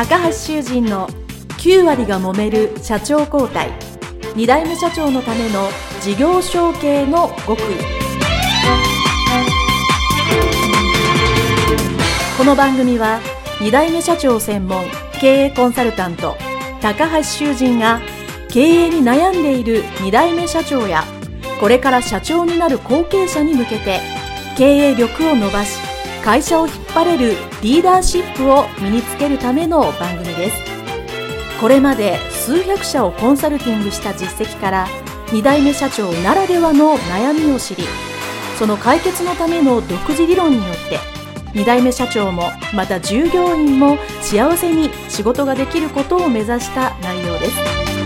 高橋修人の9割が揉める社長交代、2代目社長のための事業承継の極意。この番組は2代目社長専門経営コンサルタント高橋修人が経営に悩んでいる2代目社長やこれから社長になる後継者に向けて経営力を伸ばし会社を引っ張れるリーダーシップを身につけるための番組です。これまで数百社をコンサルティングした実績から2代目社長ならではの悩みを知り、その解決のための独自理論によって2代目社長もまた従業員も幸せに仕事ができることを目指した内容です。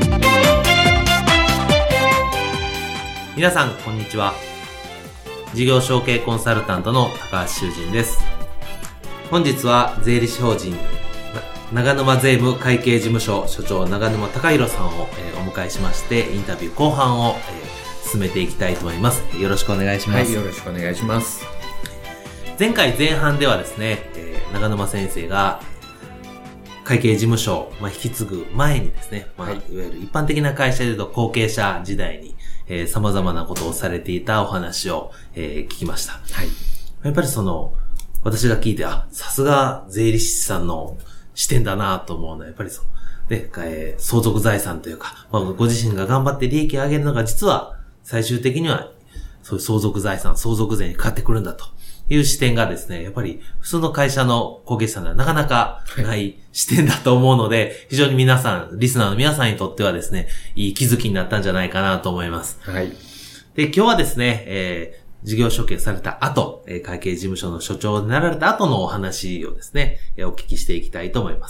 皆さんこんにちは。事業承継コンサルタントの高橋修人です。本日は税理士法人長沼税務会計事務所所長長沼貴弘さんをお迎えしましてインタビュー後半を進めていきたいと思います。よろしくお願いします。 はい、よろしくお願いします。 前回前半ではですね、長沼先生が会計事務所を引き継ぐ前にですね、いわゆる一般的な会社でいうと後継者時代に様々なことをされていたお話を聞きました。はい。やっぱり私が聞いて、さすが税理士さんの視点だなと思うのは、やっぱり相続財産というか、ご自身が頑張って利益を上げるのが実は最終的にはそういう相続財産、相続税にかかってくるんだという視点がですね、やっぱり普通の会社の後継者ではなかなかない視点だと思うので、非常に皆さん、リスナーの皆さんにとってはですね、いい気づきになったんじゃないかなと思います。はい。で、今日はですね、事業承継された後、会計事務所の所長になられた後のお話をですね、お聞きしていきたいと思います。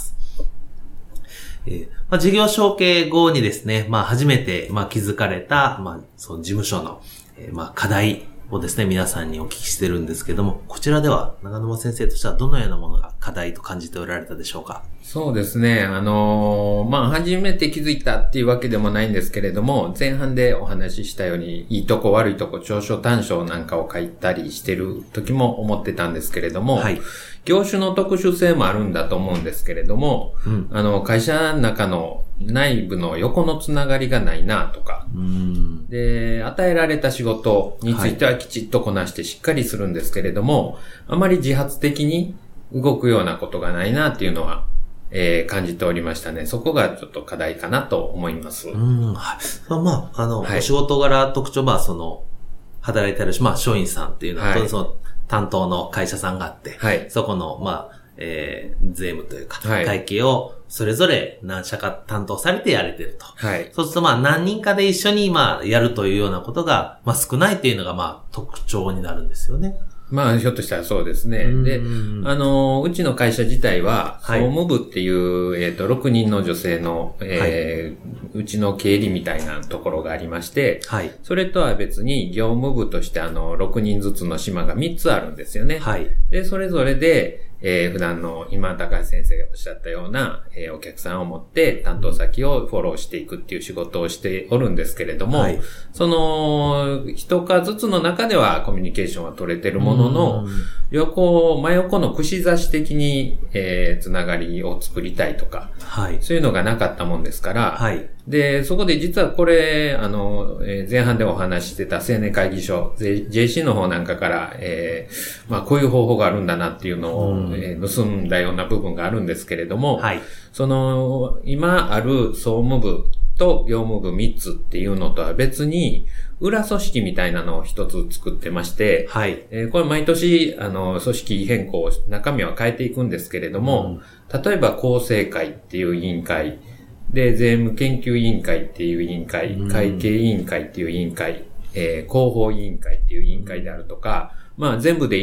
事業承継後にですね、初めて、気づかれた、その事務所の、課題をですね、皆さんにお聞きしてるんですけども、こちらでは長沼先生としてはどのようなものが課題と感じておられたでしょうか？ そうですね。初めて気づいたっていうわけでもないんですけれども、前半でお話ししたように、いいとこ悪いとこ、長所短所なんかを書いたりしてる時も思ってたんですけれども、はい。業種の特殊性もあるんだと思うんですけれども、会社の中の内部の横のつながりがないなとか、で、与えられた仕事についてはきちっとこなしてしっかりするんですけれども、あまり自発的に動くようなことがないなっていうのは、感じておりましたね。そこがちょっと課題かなと思います。 はい。お仕事柄特徴、働いてある松陰さんっていうのは、担当の会社さんがあって、はい、そこの、税務というか、はい、会計をそれぞれ何社か担当されてやれてると。はい、そうすると何人かで一緒にやるというようなことが、少ないっていうのが特徴になるんですよね。 ひょっとしたらそうですね。で、うちの会社自体は、総務部っていう、6人の女性の、うちの経理みたいなところがありまして、はい、それとは別に業務部として6人ずつの島が3つあるんですよね。はい、で、それぞれで、普段の今高橋先生がおっしゃったような、お客さんを持って担当先をフォローしていくっていう仕事をしておるんですけれども、はい、一課ずつの中ではコミュニケーションは取れてるものの、真横の串刺し的に、つながりを作りたいとか、はい、そういうのがなかったもんですから、はい、で、そこで実はこれ、前半でお話ししてた青年会議所、JC の方なんかから、こういう方法があるんだなっていうのを、盗んだような部分があるんですけれども、はい、今ある総務部と業務部3つっていうのとは別に、裏組織みたいなのを一つ作ってまして、はい。これ毎年、組織変更、中身は変えていくんですけれども、例えば構成会っていう委員会、で、税務研究委員会っていう委員会、会計委員会っていう委員会、広報委員会っていう委員会であるとか、全部で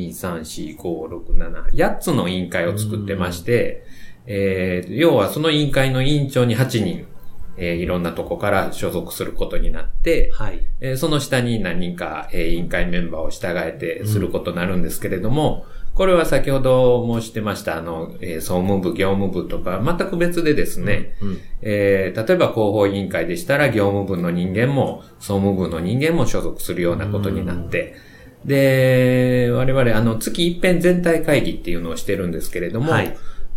1、2、3、4、5、6、7、8つの委員会を作ってまして、要はその委員会の委員長に8人、いろんなとこから所属することになって、はい、その下に何人か、委員会メンバーを従えてすることになるんですけれども、これは先ほど申してました総務部、業務部とか全く別でですね、例えば広報委員会でしたら業務部の人間も総務部の人間も所属するようなことになって、で、我々月一遍全体会議っていうのをしてるんですけれども、はい、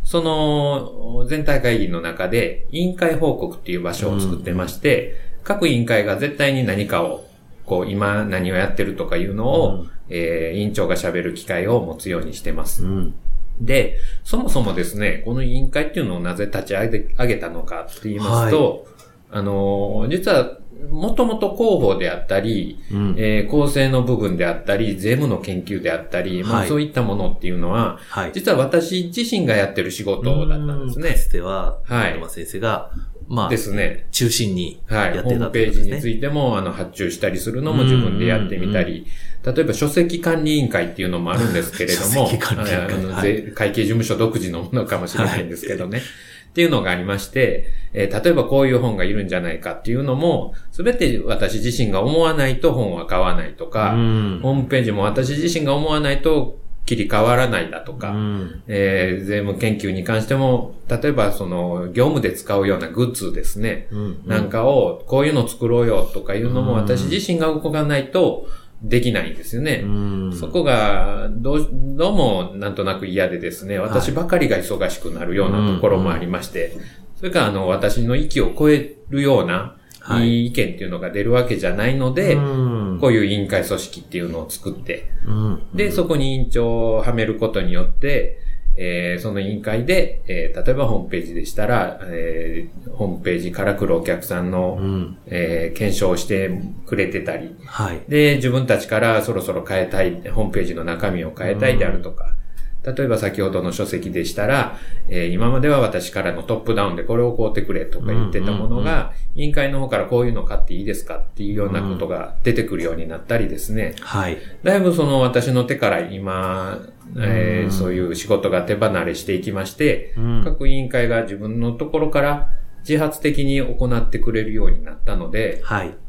その全体会議の中で委員会報告っていう場所を作ってまして、各委員会が絶対に何かを、今何をやってるとかいうのを、委員長が喋る機会を持つようにしてます。で、そもそもですね、この委員会っていうのをなぜ立ち上げたのかって言いますと、実は、もともと広報であったり、構成の部分であったり、税務の研究であったり、そういったものっていうのは、実は私自身がやってる仕事だったんですね。 かつては、先生が、 ですね。 中心にやってた、 ホームページについても、発注したりするのも自分でやってみたり、例えば書籍管理委員会っていうのもあるんですけれども、会計事務所独自のものかもしれないんですけどね。っていうのがありまして、例えばこういう本がいるんじゃないかっていうのも、すべて私自身が思わないと本は買わないとか、ホームページも私自身が思わないと切り替わらないだとか、税務研究に関しても、例えばその業務で使うようなグッズですね、なんかをこういうの作ろうよとかいうのも私自身が動かないとできないんですよね。そこがどうもなんとなく嫌でですね、私ばかりが忙しくなるようなところもありまして、それから私の域を超えるようないい意見っていうのが出るわけじゃないので、こういう委員会組織っていうのを作って、で、そこに委員長をはめることによって、その委員会で、例えばホームページでしたら、ホームページから来るお客さんの、検証をしてくれてたり、で、自分たちからそろそろ変えたい、ホームページの中身を変えたいであるとか、例えば先ほどの書籍でしたら、今までは私からのトップダウンでこれを買うてくれとか言ってたものが、委員会の方からこういうの買っていいですかっていうようなことが出てくるようになったりですね。だいぶその私の手から今、そういう仕事が手離れしていきまして、各委員会が自分のところから自発的に行ってくれるようになったので、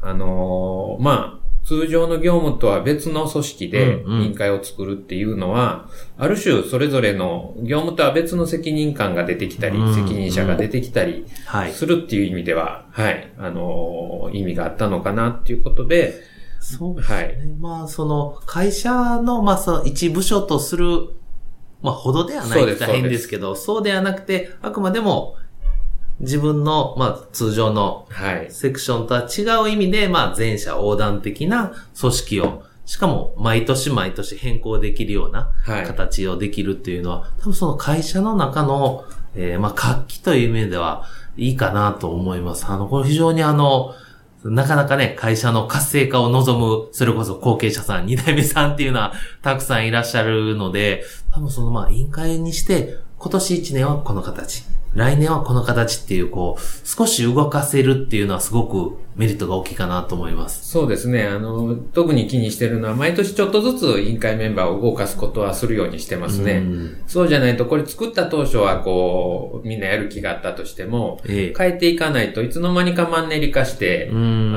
通常の業務とは別の組織で委員会を作るっていうのは、ある種それぞれの業務とは別の責任感が出てきたり、責任者が出てきたりするっていう意味では、意味があったのかなっていうことで、 そうですね。その会社の、その一部署とする、ほどではないって変ですけど、そうではなくて、あくまでも、自分の、通常のセクションとは違う意味で、全社横断的な組織を、しかも毎年毎年変更できるような形をできるっていうのは、多分その会社の中の、活気という意味ではいいかなと思います。これ非常になかなかね、会社の活性化を望む、それこそ後継者さん、二代目さんっていうのはたくさんいらっしゃるので、多分その委員会にして、今年1年はこの形。来年はこの形っていう少し動かせるっていうのはすごくメリットが大きいかなと思います。 そうですね。特に気にしてるのは毎年ちょっとずつ委員会メンバーを動かすことはするようにしてますね。そうじゃないとこれ作った当初はみんなやる気があったとしても、変えていかないといつの間にかマンネリ化して、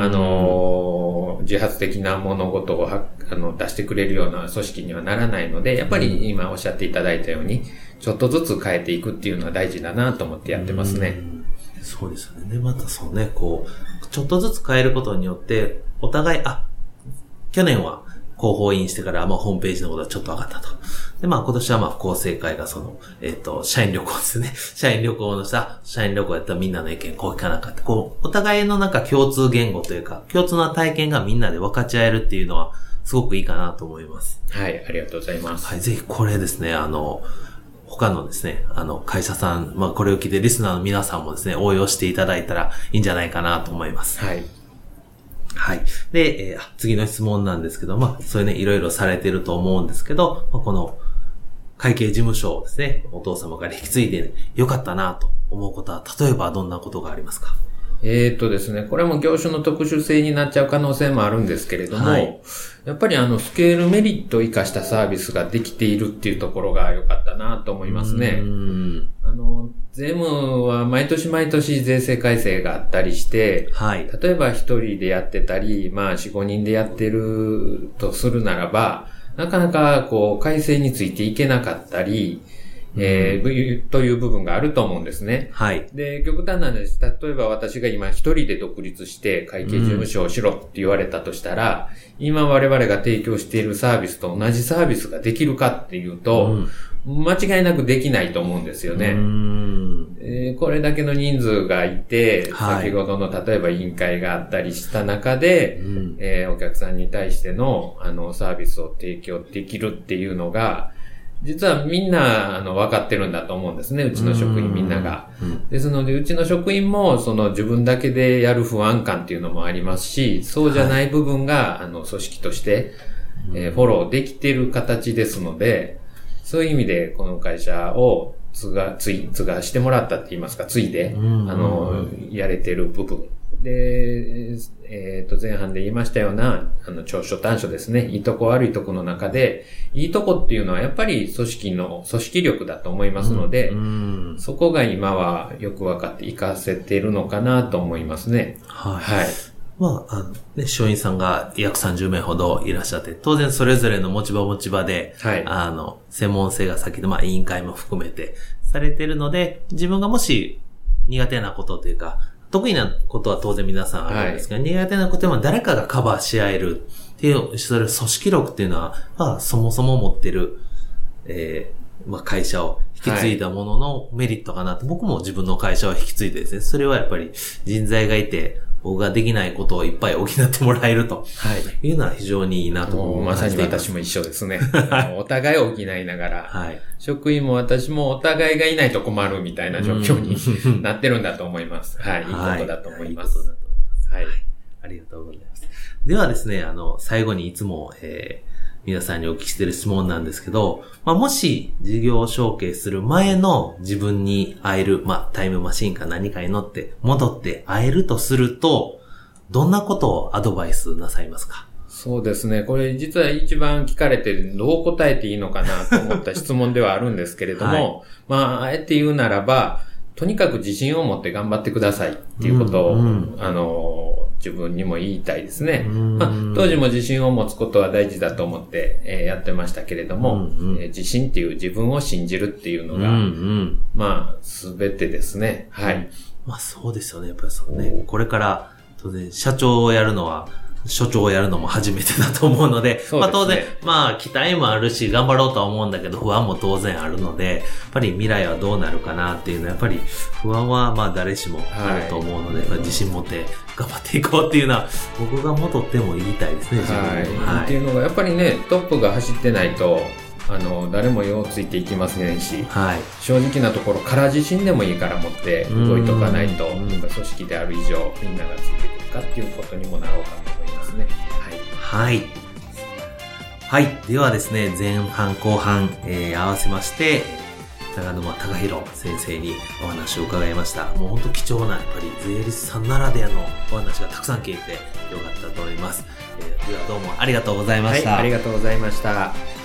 自発的な物事を出してくれるような組織にはならないので、やっぱり今おっしゃっていただいたように、ちょっとずつ変えていくっていうのは大事だなと思ってやってますね。 そうですよね。で、またそうね、ちょっとずつ変えることによって、お互い、去年は広報委員してから、ホームページのことがちょっと上がったと。で、今年は構成会が社員旅行ですね。社員旅行の社員旅行やったらみんなの意見こう聞かなかった。お互いの共通言語というか、共通な体験がみんなで分かち合えるっていうのは、すごくいいかなと思います。 はい、ありがとうございます。 ぜひこれですね、他のですね、会社さん、これを聞いてリスナーの皆さんもですね、応用していただいたらいいんじゃないかなと思います。で、次の質問なんですけど、そういうね、いろいろされてると思うんですけど、この会計事務所をですね、お父様から引き継いでよかったなと思うことは、例えばどんなことがありますか？ ですね、これも業種の特殊性になっちゃう可能性もあるんですけれども、やっぱりスケールメリットを生かしたサービスができているっていうところが良かったなと思いますね。税務は毎年毎年税制改正があったりして、例えば一人でやってたり、4、5人でやってるとするならば、なかなか改正についていけなかったり、 という部分があると思うんですね。 はい。 で、極端なんです。例えば私が今一人で独立して会計事務所をしろって言われたとしたら、今我々が提供しているサービスと同じサービスができるかっていうと、間違いなくできないと思うんですよね。これだけの人数がいて、先ほどの例えば委員会があったりした中で、お客さんに対してのサービスを提供できるっていうのが、実はみんな分かってるんだと思うんですね。うちの職員みんなが。ですので、うちの職員も自分だけでやる不安感っていうのもありますし、そうじゃない部分が組織として、フォローできてる形ですので、そういう意味でこの会社を継がしてもらったって言いますか、継いで、やれてる部分。で、前半で言いましたような、長所短所ですね。いいとこ悪いとこの中で、いいとこっていうのはやっぱり組織力だと思いますので、そこが今はよく分かって活かせてるのかなと思いますね。 はい。まあ、松陰さんが約30名ほどいらっしゃって、当然それぞれの持ち場で、専門性が先で、委員会も含めてされているので、自分がもし苦手なことというか、得意なことは当然皆さんあるんですが、苦手なことは誰かがカバーし合えるっていう、それ組織力っていうのは、そもそも持ってる、会社を引き継いだもののメリットかなと、僕も自分の会社を引き継いでですね、それはやっぱり人材がいて、僕ができないことをいっぱい補ってもらえるというのは非常にいいなと思います。 まさに私も一緒ですね。お互いを補いながら、職員も私もお互いがいないと困るみたいな状況になってるんだと思います。いいことだと思います。 ありがとうございます。ではですね、最後にいつも、皆さんにお聞きしている質問なんですけど、もし事業承継する前の自分に会える、タイムマシンか何かに乗って戻って会えるとすると、どんなことをアドバイスなさいますか？ そうですね。これ実は一番聞かれてどう答えていいのかなと思った質問ではあるんですけれども、あえて言うならば、とにかく自信を持って頑張ってくださいっていうことを、自分にも言いたいですね。当時も自信を持つことは大事だと思って、やってましたけれども、自信っていう自分を信じるっていうのが、すべてですね。 そうですよね。やっぱりそうね。これから当然社長をやるのは、所長をやるのも初めてだと思うので、当然、期待もあるし、頑張ろうとは思うんだけど、不安も当然あるので、やっぱり未来はどうなるかなっていうのは、やっぱり不安は誰しもあると思うので、自信持って頑張っていこうっていうのは、僕が戻っても言いたいですね、自分に。 っていうのが、やっぱりね、トップが走ってないと、誰もようついていきませんし、正直なところから自信でもいいから持って動いとかないと、組織である以上、みんながついてくるかっていうことにもなろうかと思いますね。 ではですね、前半後半、合わせまして、長沼貴弘先生にお話を伺いました。もう本当貴重な、やっぱり税理士さんならではのお話がたくさん聞いてよかったと思います。ではどうもありがとうございました。 ありがとうございました。